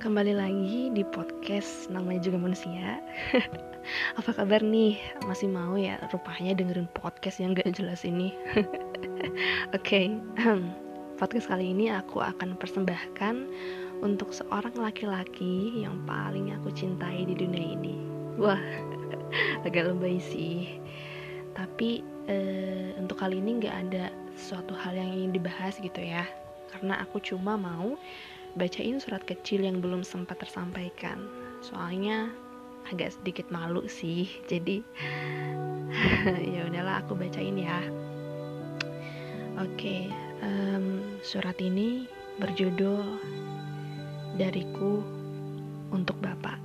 Kembali lagi di podcast namanya juga manusia. Apa kabar nih? Masih mau ya rupanya dengerin podcast yang gak jelas ini? Oke. Podcast kali ini aku akan persembahkan untuk seorang laki-laki yang paling aku cintai di dunia ini. Wah, agak lebay sih. Tapi untuk kali ini gak ada sesuatu hal yang ingin dibahas gitu ya. Karena aku cuma mau bacain surat kecil yang belum sempat tersampaikan. Soalnya agak sedikit malu sih. Jadi ya udahlah aku bacain ya. Oke, surat ini berjudul Dariku untuk Bapak.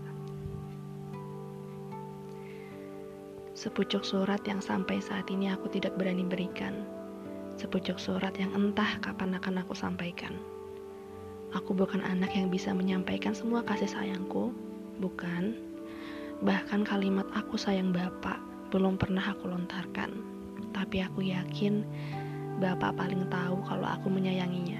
Sepucuk surat yang sampai saat ini aku tidak berani berikan. Sepucuk surat yang entah kapan akan aku sampaikan. Aku bukan anak yang bisa menyampaikan semua kasih sayangku, bukan. Bahkan kalimat aku sayang Bapak belum pernah aku lontarkan. Tapi aku yakin Bapak paling tahu kalau aku menyayanginya.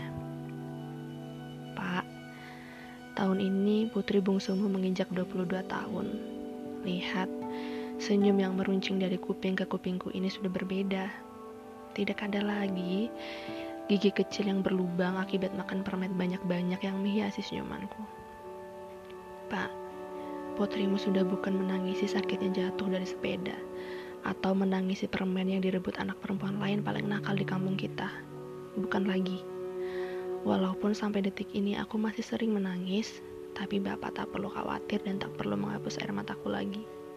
Pak, tahun ini putri bungsumu menginjak 22 tahun. Lihat, senyum yang meruncing dari kuping ke kupingku ini sudah berbeda. Tidak ada lagi gigi kecil yang berlubang akibat makan permen banyak-banyak yang menghiasi senyumanku. Pak, putrimu sudah bukan menangisi sakitnya jatuh dari sepeda atau menangisi permen yang direbut anak perempuan lain paling nakal di kampung kita. Bukan lagi. Walaupun sampai detik ini aku masih sering menangis, tapi Bapak tak perlu khawatir dan tak perlu menghapus air mataku lagi.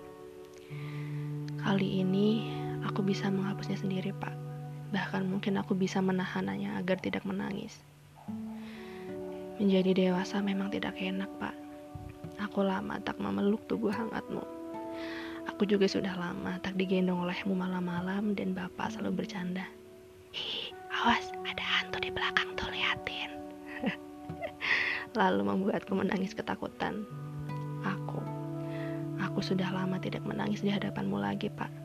Kali ini aku bisa menghapusnya sendiri, Pak. Bahkan mungkin aku bisa menahannya agar tidak menangis. Menjadi dewasa memang tidak enak, Pak. Aku lama tak memeluk tubuh hangatmu. Aku juga sudah lama tak digendong olehmu malam-malam dan Bapak selalu bercanda. Ih, awas, ada hantu di belakang tuh, liatin. Lalu membuatku menangis ketakutan. Aku sudah lama tidak menangis di hadapanmu lagi, Pak.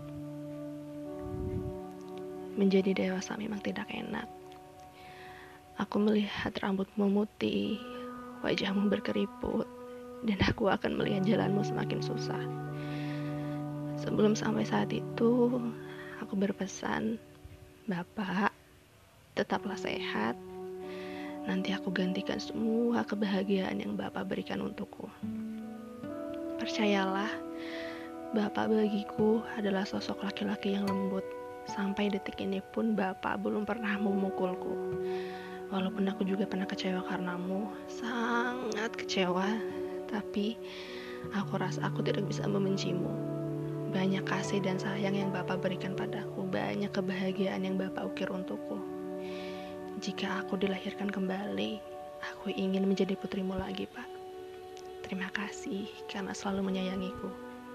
Menjadi dewasa memang tidak enak. Aku melihat rambutmu memutih, wajahmu berkeriput, dan aku akan melihat jalanmu semakin susah. Sebelum sampai saat itu, aku berpesan, Bapak, tetaplah sehat. Nanti aku gantikan semua kebahagiaan yang Bapak berikan untukku. Percayalah, Bapak bagiku adalah sosok laki-laki yang lembut. Sampai detik ini pun Bapak belum pernah memukulku. Walaupun aku juga pernah kecewa karenamu, sangat kecewa. Tapi aku rasa aku tidak bisa membencimu. Banyak kasih dan sayang yang Bapak berikan padaku, banyak kebahagiaan yang Bapak ukir untukku. Jika aku dilahirkan kembali, aku ingin menjadi putrimu lagi, Pak. Terima kasih karena selalu menyayangiku.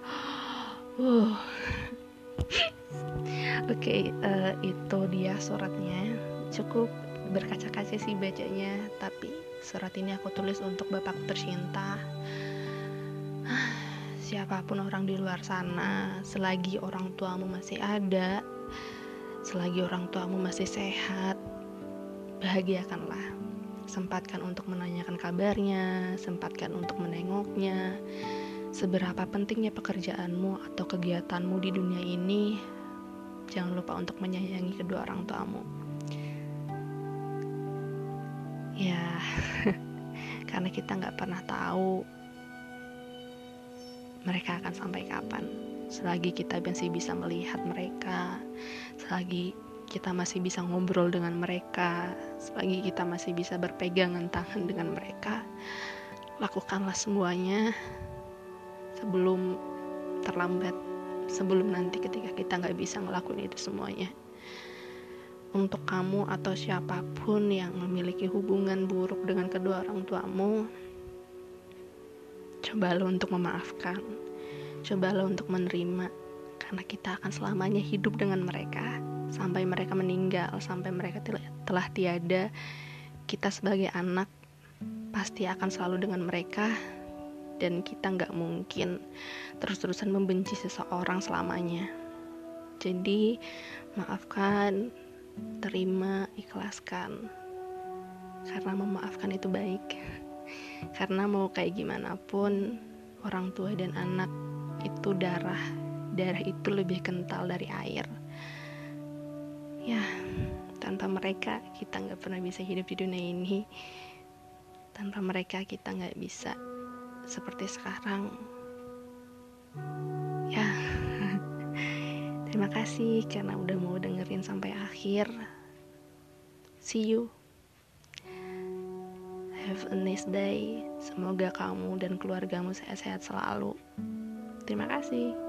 Oke, itu dia suratnya. Cukup berkaca-kaca sih bacanya, tapi surat ini aku tulis untuk bapakku tercinta. Siapapun orang di luar sana, selagi orang tuamu masih ada, selagi orang tuamu masih sehat, bahagiakanlah. Sempatkan untuk menanyakan kabarnya, sempatkan untuk menengoknya. Seberapa pentingnya pekerjaanmu atau kegiatanmu di dunia ini, jangan lupa untuk menyayangi kedua orang tuamu. Ya, karena kita gak pernah tahu mereka akan sampai kapan. Selagi kita masih bisa melihat mereka, selagi kita masih bisa ngobrol dengan mereka, selagi kita masih bisa berpegangan tangan dengan mereka, lakukanlah semuanya sebelum terlambat, sebelum nanti ketika kita gak bisa ngelakuin itu semuanya. Untuk kamu atau siapapun yang memiliki hubungan buruk dengan kedua orang tuamu, cobalah untuk memaafkan, cobalah untuk menerima, karena kita akan selamanya hidup dengan mereka sampai mereka meninggal, sampai mereka telah tiada. Kita sebagai anak pasti akan selalu dengan mereka. Dan kita gak mungkin terus-terusan membenci seseorang selamanya. Jadi maafkan, terima, ikhlaskan. Karena memaafkan itu baik. Karena mau kayak gimana pun, orang tua dan anak itu darah itu lebih kental dari air. Ya, tanpa mereka kita nggak pernah bisa hidup di dunia ini. Tanpa mereka kita nggak bisa seperti sekarang. Ya, terima kasih karena udah mau dengerin sampai akhir. See you. Have a nice day. Semoga kamu dan keluargamu sehat-sehat selalu. Terima kasih.